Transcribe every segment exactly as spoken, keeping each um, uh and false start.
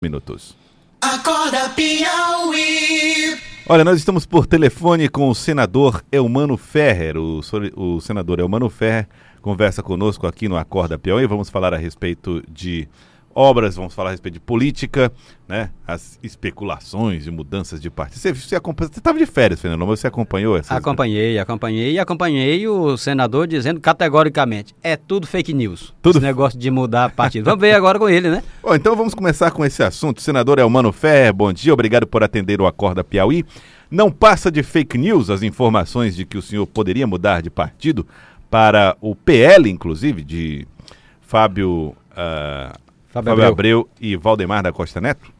Minutos. Acorda Piauí. Olha, nós estamos por telefone com o senador Eumano Ferrer. O, o senador Eumano Ferrer conversa conosco aqui no Acorda Piauí. Vamos falar a respeito de obras, vamos falar a respeito de política, né? As especulações de mudanças de partido. Você, você estava de férias, Fernando, mas você acompanhou essas... Acompanhei, acompanhei e acompanhei o senador dizendo categoricamente, é tudo fake news, tudo... esse negócio de mudar partido. Vamos ver agora com ele, né? Bom, então vamos começar com esse assunto. Senador Eumano Ferrer, bom dia, obrigado por atender o Acorda Piauí. Não passa de fake news as informações de que o senhor poderia mudar de partido para o P L, inclusive, de Fábio... Uh... Fábio, Fábio Abreu. Abreu e Valdemar da Costa Neto?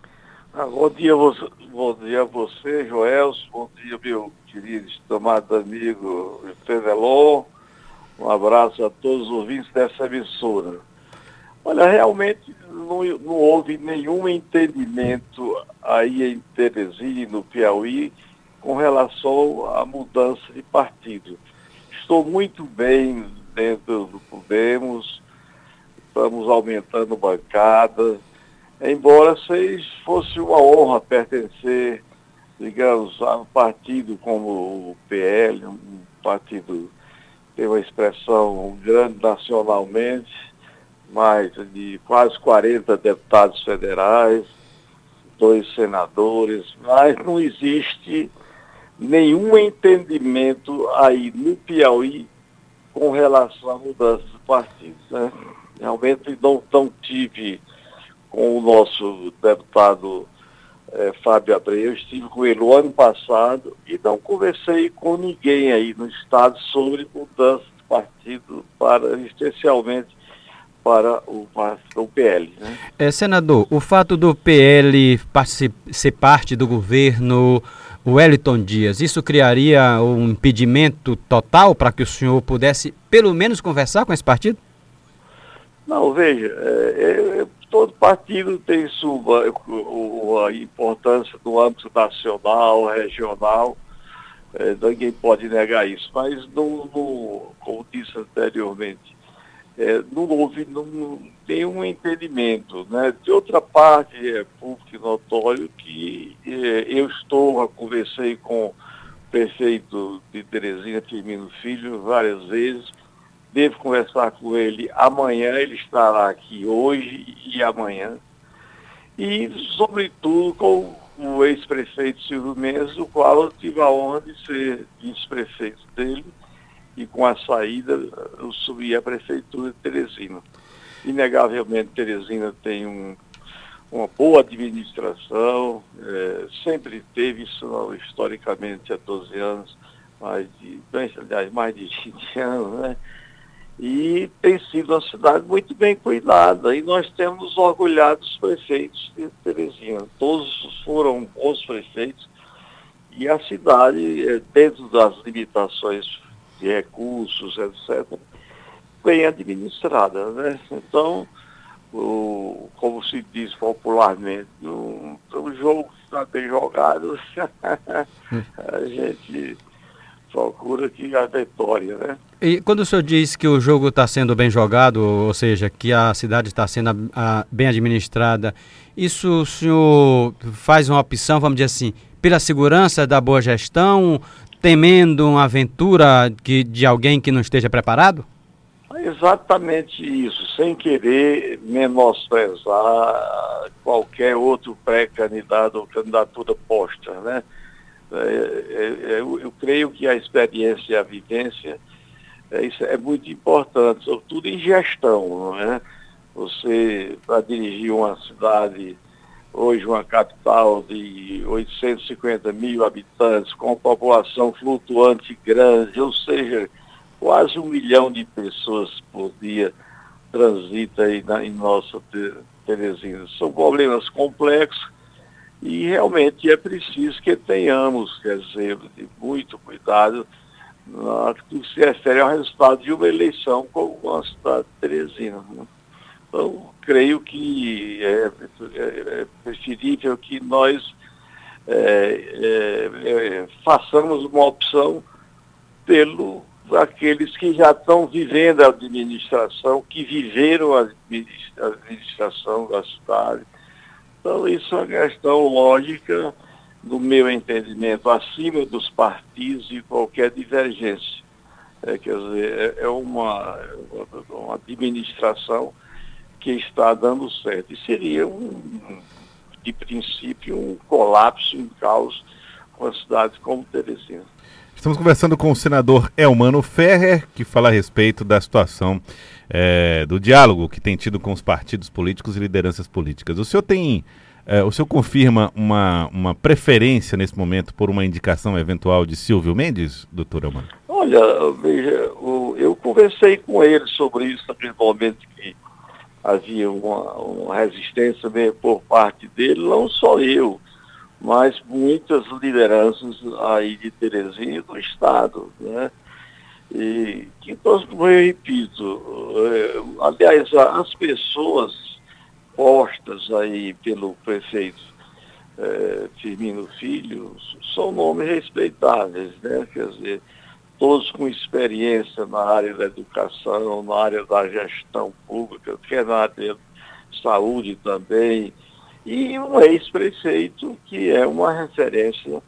Ah, bom dia, você, bom dia a você, Joelson, bom dia, meu querido estimado amigo Fenelon, um abraço a todos os ouvintes dessa emissora. Olha, realmente não, não houve nenhum entendimento aí em Teresina, no Piauí, com relação à mudança de partido. Estou muito bem dentro do Podemos, estamos aumentando bancada, embora seja, fosse uma honra pertencer, digamos, a um partido como o P L, um partido que tem uma expressão grande nacionalmente, mais de quase quarenta deputados federais, dois senadores, mas não existe nenhum entendimento aí no Piauí com relação à mudança de partidos, né? Realmente não, não tive com o nosso deputado eh, Fábio Abreu, eu estive com ele o ano passado e não conversei com ninguém aí no estado sobre mudança de partido, para, especialmente para o, o P L. Né? É, senador, o fato do P L ser parte do governo Wellington Dias, isso criaria um impedimento total para que o senhor pudesse pelo menos conversar com esse partido? Não, veja, é, é, todo partido tem sua a importância no âmbito nacional, regional, é, ninguém pode negar isso, mas não, não, como disse anteriormente, é, não houve não, nenhum entendimento, né? De outra parte, é público e notório que é, eu estou, conversei com o prefeito de Teresina, Firmino Filho, várias vezes. Devo conversar com ele amanhã, ele estará aqui hoje e amanhã. E, sobretudo, com o ex-prefeito Silvio Mendes, o qual eu tive a honra de ser vice-prefeito dele, e com a saída eu subi à prefeitura de Teresina. Inegavelmente, Teresina tem um, uma boa administração, é, sempre teve isso historicamente há doze anos, mais de, aliás, mais de vinte anos, né? E tem sido uma cidade muito bem cuidada, e nós temos orgulhado os prefeitos de Teresina. Todos foram bons prefeitos, e a cidade, dentro das limitações de recursos, etcétera, bem administrada, né? Então, o, como se diz popularmente, o, o jogo está bem jogado, a gente procura que a vitória, né? E quando o senhor diz que o jogo está sendo bem jogado, ou seja, que a cidade está sendo a, a, bem administrada, isso o senhor faz uma opção, vamos dizer assim, pela segurança da boa gestão, temendo uma aventura que, de alguém que não esteja preparado? Exatamente isso, sem querer menosprezar qualquer outro pré-candidato ou candidatura posta, né? Eu, eu creio que a experiência e a vivência, é, isso é muito importante, sobretudo em gestão, não é? Você, para dirigir uma cidade, hoje uma capital de oitocentos e cinquenta mil habitantes, com população flutuante grande, ou seja, quase um milhão de pessoas por dia transita aí na, em nossa Teresina. São problemas complexos, e realmente é preciso que tenhamos, quer dizer, de muito cuidado no que se refere ao resultado de uma eleição como a cidade de Teresina, né? Então, creio que é, é, é preferível que nós é, é, é, façamos uma opção pelo aqueles que já estão vivendo a administração, que viveram a administração da cidade, Então, isso é uma questão lógica, do meu entendimento, acima dos partidos e qualquer divergência. É, quer dizer, é, é uma, uma administração que está dando certo. E seria, um, de princípio, um colapso, um caos com a cidade como Teresina. Estamos conversando com o senador Elmano Ferrer, que fala a respeito da situação é, do diálogo que tem tido com os partidos políticos e lideranças políticas. O senhor tem, é, o senhor confirma uma, uma preferência nesse momento por uma indicação eventual de Silvio Mendes, doutor Elmano? Olha, veja, o, eu conversei com ele sobre isso naquele momento que havia uma, uma resistência mesmo por parte dele, não só eu, mas muitas lideranças aí de Teresina e do Estado, né? E que, como eu repito, é, aliás, as pessoas postas aí pelo prefeito é, Firmino Filho são nomes respeitáveis, né? Quer dizer, todos com experiência na área da educação, na área da gestão pública, que é na área de saúde também, e um ex-prefeito que é uma referência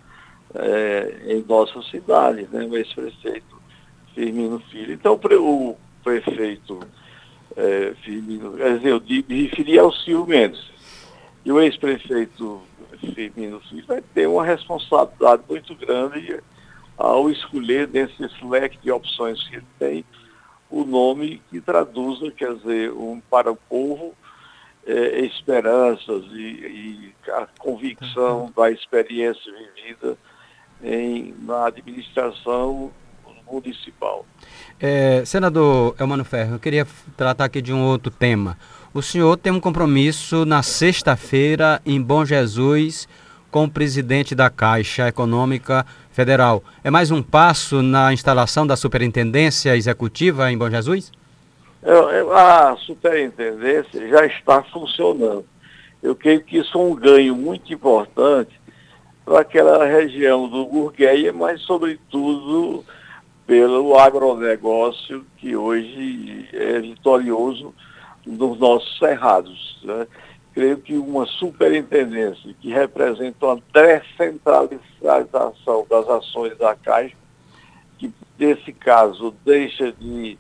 é, em nossa cidade, né? O ex-prefeito Firmino Filho. Então, o prefeito é, Firmino, quer dizer, eu me referi ao Silvio Mendes, e o ex-prefeito Firmino Filho vai ter uma responsabilidade muito grande ao escolher desses leque de opções que ele tem, o nome que traduza, quer dizer, um, para o povo, é, esperanças e, e a convicção da experiência vivida em, na administração municipal. É, senador Elmano Ferrer, eu queria tratar aqui de um outro tema. O senhor tem um compromisso na sexta-feira em Bom Jesus com o presidente da Caixa Econômica Federal. É mais um passo na instalação da superintendência executiva em Bom Jesus? É, é, a superintendência já está funcionando. Eu creio que isso é um ganho muito importante para aquela região do Gurgueia, mas sobretudo pelo agronegócio que hoje é vitorioso nos nossos cerrados, né? Creio que uma superintendência que representa uma descentralização das ações da Caixa, que nesse caso deixa de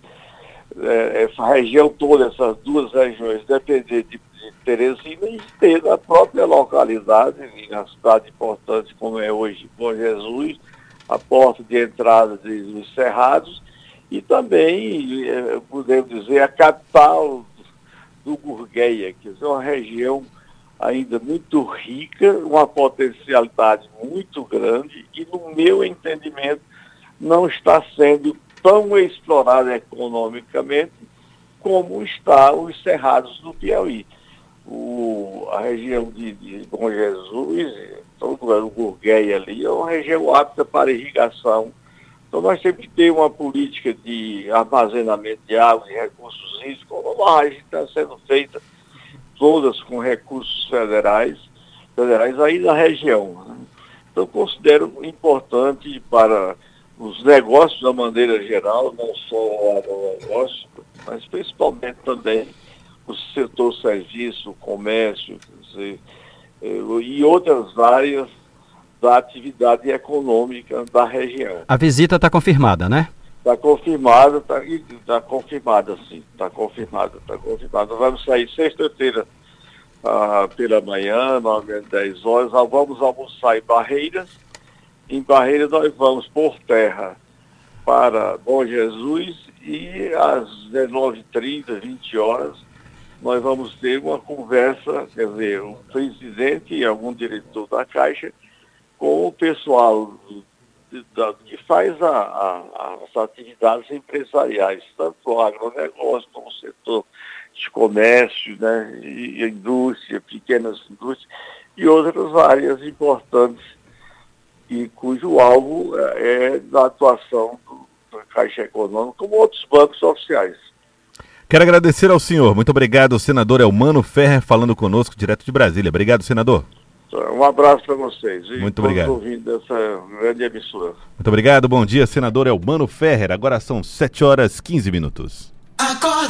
é, essa região toda, essas duas regiões, depender de, de Teresina e ter na própria localidade, em uma cidade importante como é hoje Bom Jesus, a porta de entrada de, dos Cerrados, e também, é, podemos dizer, a capital do Gurgueia, que é uma região ainda muito rica, uma potencialidade muito grande e, no meu entendimento, não está sendo tão explorada economicamente como está os Cerrados do Piauí. O, a região de, de Bom Jesus, todo o Gurgueia ali, é uma região apta para irrigação. Então nós temos que ter uma política de armazenamento de água e recursos hídricos, como a gente está sendo feita, todas com recursos federais, federais aí na região, né? Então considero importante para os negócios da maneira geral, não só o agronegócio, mas principalmente também o setor serviço, comércio, quer dizer, e outras áreas da atividade econômica da região. A visita está confirmada, né? Está confirmada, está tá confirmada, sim, está confirmada, está confirmada. Vamos sair sexta-feira ah, pela manhã, nove, dez horas, nós vamos almoçar em Barreiras. Em Barreiras nós vamos por terra para Bom Jesus e às dezenove e trinta, vinte horas, nós vamos ter uma conversa, quer dizer, o presidente e algum diretor da Caixa com o pessoal da, que faz a, a, as atividades empresariais, tanto o agronegócio como o setor de comércio, né, e indústria, pequenas indústrias e outras áreas importantes, e cujo alvo é da atuação do, da Caixa Econômica, como outros bancos oficiais. Quero agradecer ao senhor. Muito obrigado, senador Elmano Ferrer, falando conosco direto de Brasília. Obrigado, senador. Um abraço para vocês. E muito obrigado. Ouvindo dessa grande emissora. Muito obrigado, bom dia, senador Elmano Ferrer. Agora são sete horas e quinze minutos. Acorda.